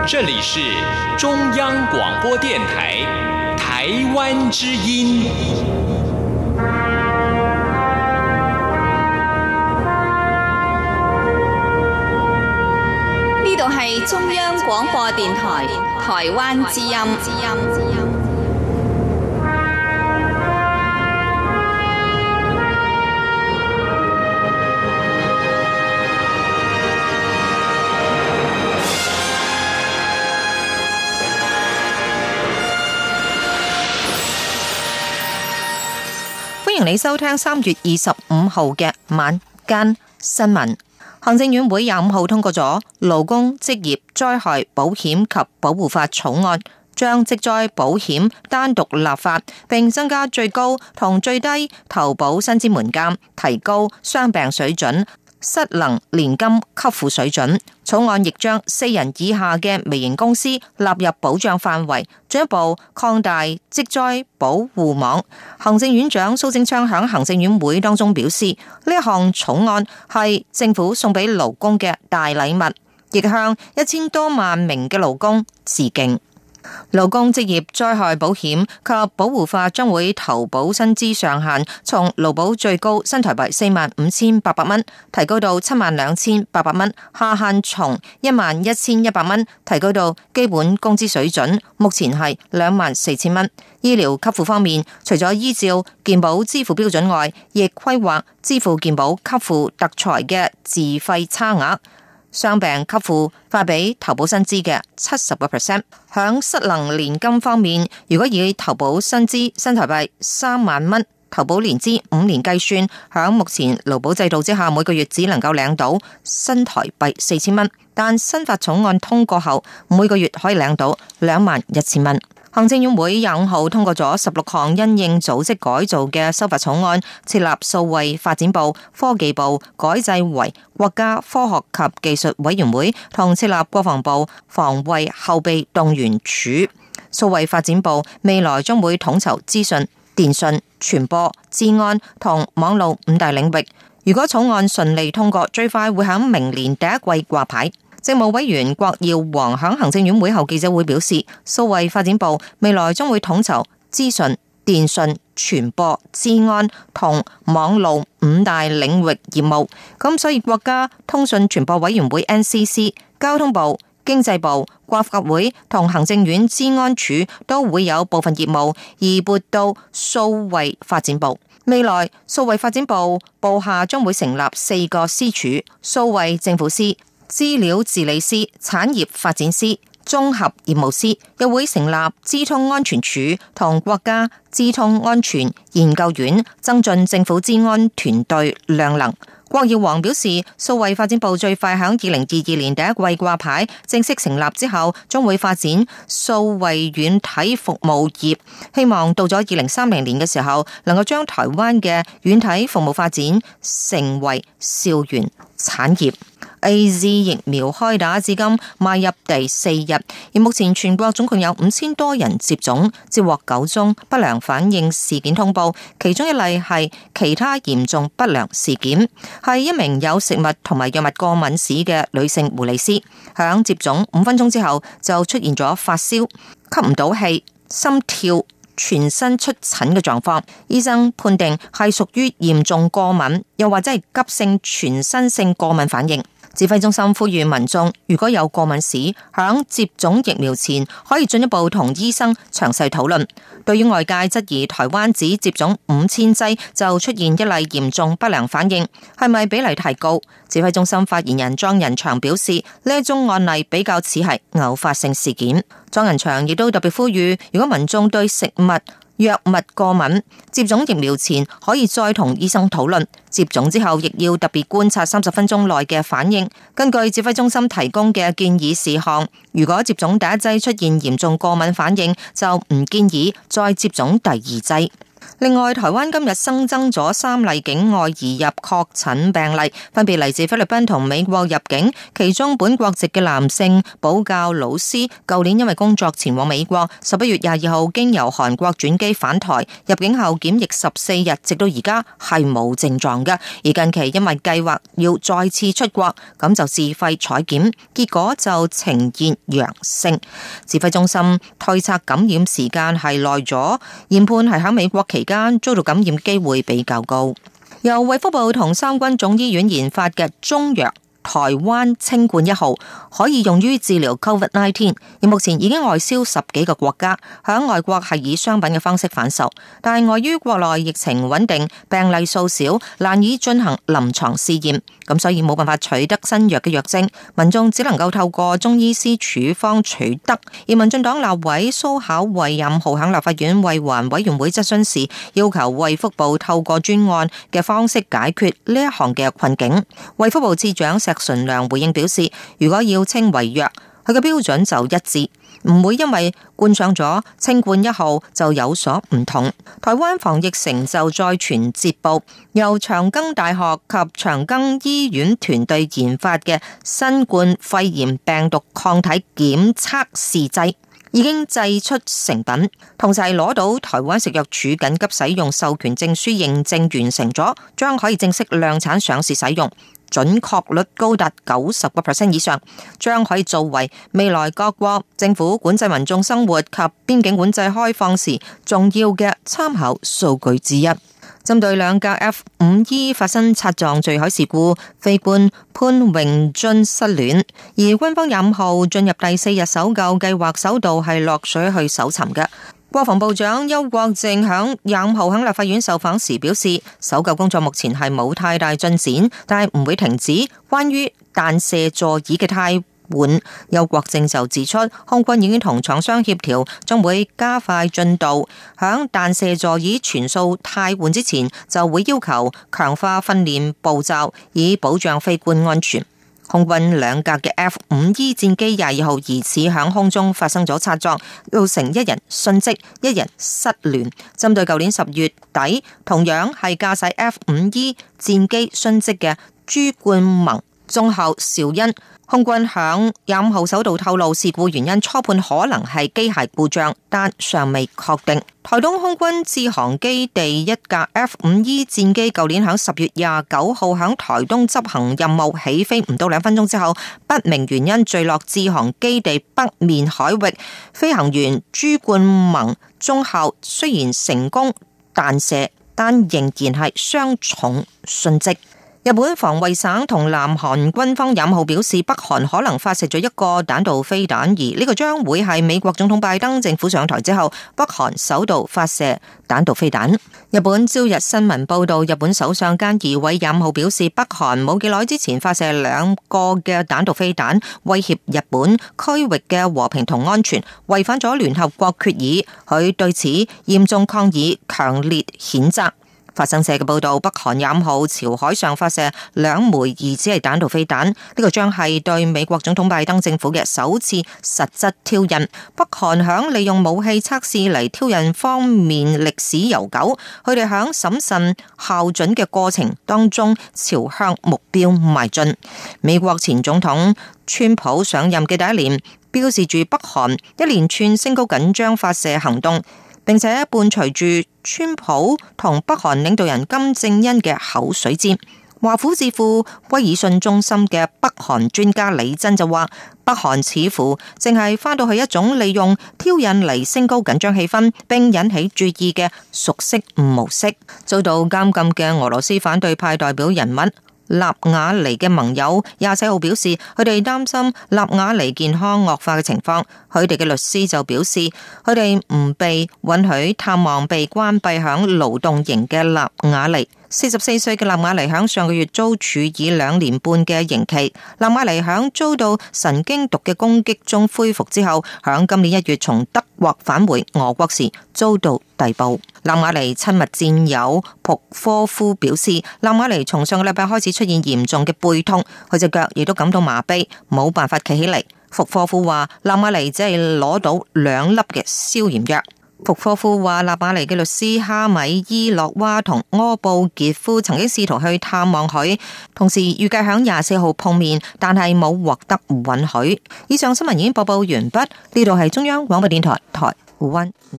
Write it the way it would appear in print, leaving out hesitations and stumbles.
这里是中央广播电台台湾之音。 呢度係中央廣播電台台灣之音。 歡迎你收聽3月25號嘅晚間新聞。行政院會25號通過咗勞工職業災害保險及保護法草案，將職災保險單獨立法，並增加最高同最低投保薪資門檻，提高傷病水準、失能年金給付水準。草案亦將4人以下嘅微型公司納入保障範圍，進一步擴大職災保護網。行政院長蘇貞昌響行政院會當中表示，呢一項草案係政府送俾勞工嘅大禮物，亦向1000多萬名嘅勞工致敬。勞工職業災害保險及保護法將會投保薪資上限從勞保最高新台幣45800蚊提高到72800蚊，下限從11100蚊提高到基本工資水準，目前係24000蚊。醫療給付方面，除咗依照健保支付標準外，亦規劃支付健保給付特裁嘅自費差額。傷病給付發俾投保薪資嘅70%。響失能年金方面，如果以投保薪資新台幣3萬蚊，投保年資5年計算，響目前勞保制度之下，每個月只能夠領到新台幣4000蚊，但新法草案通過後，每個月可以領到21000蚊。行政院會25號通過咗16項因應組織改造嘅修法草案，設立數位發展部、科技部，改制為國家科學及技術委員會，同設立國防部防衛後備動員處。數位發展部未來將會統籌資訊、電訊、傳播、資安同網絡5大領域。如果草案順利通過，最快會喺明年第一季掛牌。政務委員郭耀煌響行政院會後記者會表示，數位發展部未來將會統籌資訊、電訊、傳播、資安同網路5大領域業務，咁所以國家通訊傳播委員會 NCC、交通部、經濟部、國發會同行政院資安處都會有部分業務移撥到數位發展部。未來數位發展部部下將會成立4個司處：數位政府司、資料治理司、產業發展司、綜合業務司，又會成立資通安全處同國家資通安全研究院，增進政府資安團隊量能。郭耀煌表示，數位發展部最快喺2022年第一季掛牌，正式成立之後，將會發展數位軟體服務業，希望到咗2030年嘅時候，能夠將台灣嘅軟體服務發展成為校園產業。AZ 疫苗開打至今邁入第4日，而目前全國總共有5000多人接種，接獲9宗不良反應事件通報，其中一例係其他嚴重不良事件，係一名有食物同埋藥物過敏史嘅女性護理師，響接種5分鐘之後就出現咗發燒、吸唔到氣、心跳、全身出疹嘅狀況，醫生判定係屬於嚴重過敏，又或者係急性全身性過敏反應。指揮中心呼籲民眾，如果有過敏史，響接種疫苗前可以進一步同醫生詳細討論。對於外界質疑台灣只接種5000劑就出現一例嚴重不良反應，係咪比例太高？指揮中心發言人莊人祥表示，呢一宗案例比較似係偶發性事件。莊人祥亦都特別呼籲，如果民眾對食物、藥物過敏，接種疫苗前可以再同醫生討論，接種之後亦要特別觀察30分鐘內嘅反應。根據指揮中心提供嘅建議事項，如果接種第一劑出現嚴重過敏反應，就唔建議再接種第2劑。 另外，台灣今日新增咗3例境外移入確診病例，分別嚟自菲律賓同美國入境。其中本國籍嘅男性補教老師，舊年因為工作前往美國，11月22號經由韓國轉機返台，入境後檢疫14日，直到而家係冇症狀嘅。而近期因為計劃要再次出國，咁就自費採檢，結果就呈現陽性。指揮中心推測感染時間係耐咗，研判係喺美國期間遭到感染機會比較高。由衛福部同三軍總醫院研發嘅中藥台灣清冠1號可以用於治療 COVID-19， 而目前已經外銷10幾個國家，響外國係以商品嘅方式販售，但係礙於國內疫情穩定，病例數少，難以進行臨床試驗，咁所以冇辦法取得新藥嘅藥證，民眾只能夠透過中醫師處方取得。而民進黨立委蘇巧慧25號響立法院衛環委員會質詢時，要求衛福部透過專案嘅方式解決呢一項嘅困境。衛福部次長石純良回應表示，如果要稱為藥，佢嘅標準就一致，唔會因為冠上咗清冠1號就有所唔同。台灣防疫成就再傳捷報，由長庚大學及長庚醫院團隊研發嘅新冠肺炎病毒抗體檢測試劑已經製出成品，同時係攞到台灣食藥署緊急使用授權證書認證完成咗，將可以正式量產上市使用，準確率高達90% 以上，將可以作為未來各國政府管制民眾生活及邊境管制開放時重要嘅參考數據之一。針對兩架 F5E 發生擦撞墜海事故，飛官潘榮津失聯，而軍方25號進入第4日搜救計劃，首度係落水去搜尋嘅。國防部長邱國正響25號響立法院受訪時表示，搜救工作目前係冇太大進展，但係唔會停止。關於彈射座椅嘅汰換，邱國正就指出，空軍已經同廠商協調，將會加快進度。響彈射座椅全數汰換之前，就會要求強化訓練步驟，以保障飛官安全。空軍兩架嘅 F5E 戰機22號疑似響空中發生咗擦撞，造成1人殉職、1人失聯。針對舊年10月底同樣係駕駛 F5E 戰機殉職嘅朱冠盟中校邵恩，空軍響25號首度透露事故原因，初判可能係機械故障，但尚未確定。台東空軍志航基地一架 F5E 戰機舊年響10月29號響台東執行任務，起飛唔到2分鐘之後，不明原因墜落志航基地北面海域。飛行員朱冠盟中校雖然成功彈射，但仍然係傷重殉職。日本防衛省同南韓軍方25號表示，北韓可能發射咗一個彈道飛彈，而呢個將會係美國總統拜登政府上台之後，北韓首度發射彈道飛彈。日本朝日新聞報道，日本首相菅義偉25號表示，北韓冇幾耐之前發射2個嘅彈道飛彈，威脅日本區域嘅和平同安全，違反咗聯合國決議，佢對此嚴重抗議，強烈譴責。法新社嘅報道，北韓25號朝海上發射2枚疑似係彈道飛彈，呢個將係對美國總統拜登政府嘅首次實質挑釁。北韓響利用武器測試嚟挑釁方面歷史悠久，佢哋響審慎校準嘅過程當中朝向目標邁進。美國前總統川普上任嘅第一年，標示住北韓一連串升高緊張發射行動，並且伴隨住川普同北韓領導人金正恩嘅口水戰。華府智庫威爾遜中心嘅北韓專家李真就話，北韓似乎淨係翻到去一種利用挑釁嚟升高緊張氣氛並引起注意嘅熟悉模式。遭到監禁嘅俄羅斯反對派代表人物納瓦尼嘅盟友24號表示，佢哋擔心納瓦尼健康惡化嘅情況。佢哋嘅律師就表示，佢哋唔被允許探望被關閉響勞動營嘅納瓦尼。44歲嘅納瓦尼響上個月遭處以2年半嘅刑期。納瓦尼響遭到神經毒嘅攻擊中恢復之後，響今年1月從德國返回俄國時遭到逮捕。納瓦尼親密戰友普科夫表示，納瓦尼從上個禮拜開始出現嚴重嘅背痛，佢隻腳亦都感到麻痹，冇辦法企起嚟。普科夫話，納瓦尼只係攞到2粒嘅消炎藥。 福科夫話，納瓦尼嘅律師哈米伊洛娃同柯布傑夫曾經試圖去探望佢，同時預計響24號碰面，但係冇獲得允許。以上新聞已經播報完畢，呢度係中央廣播電台台灣。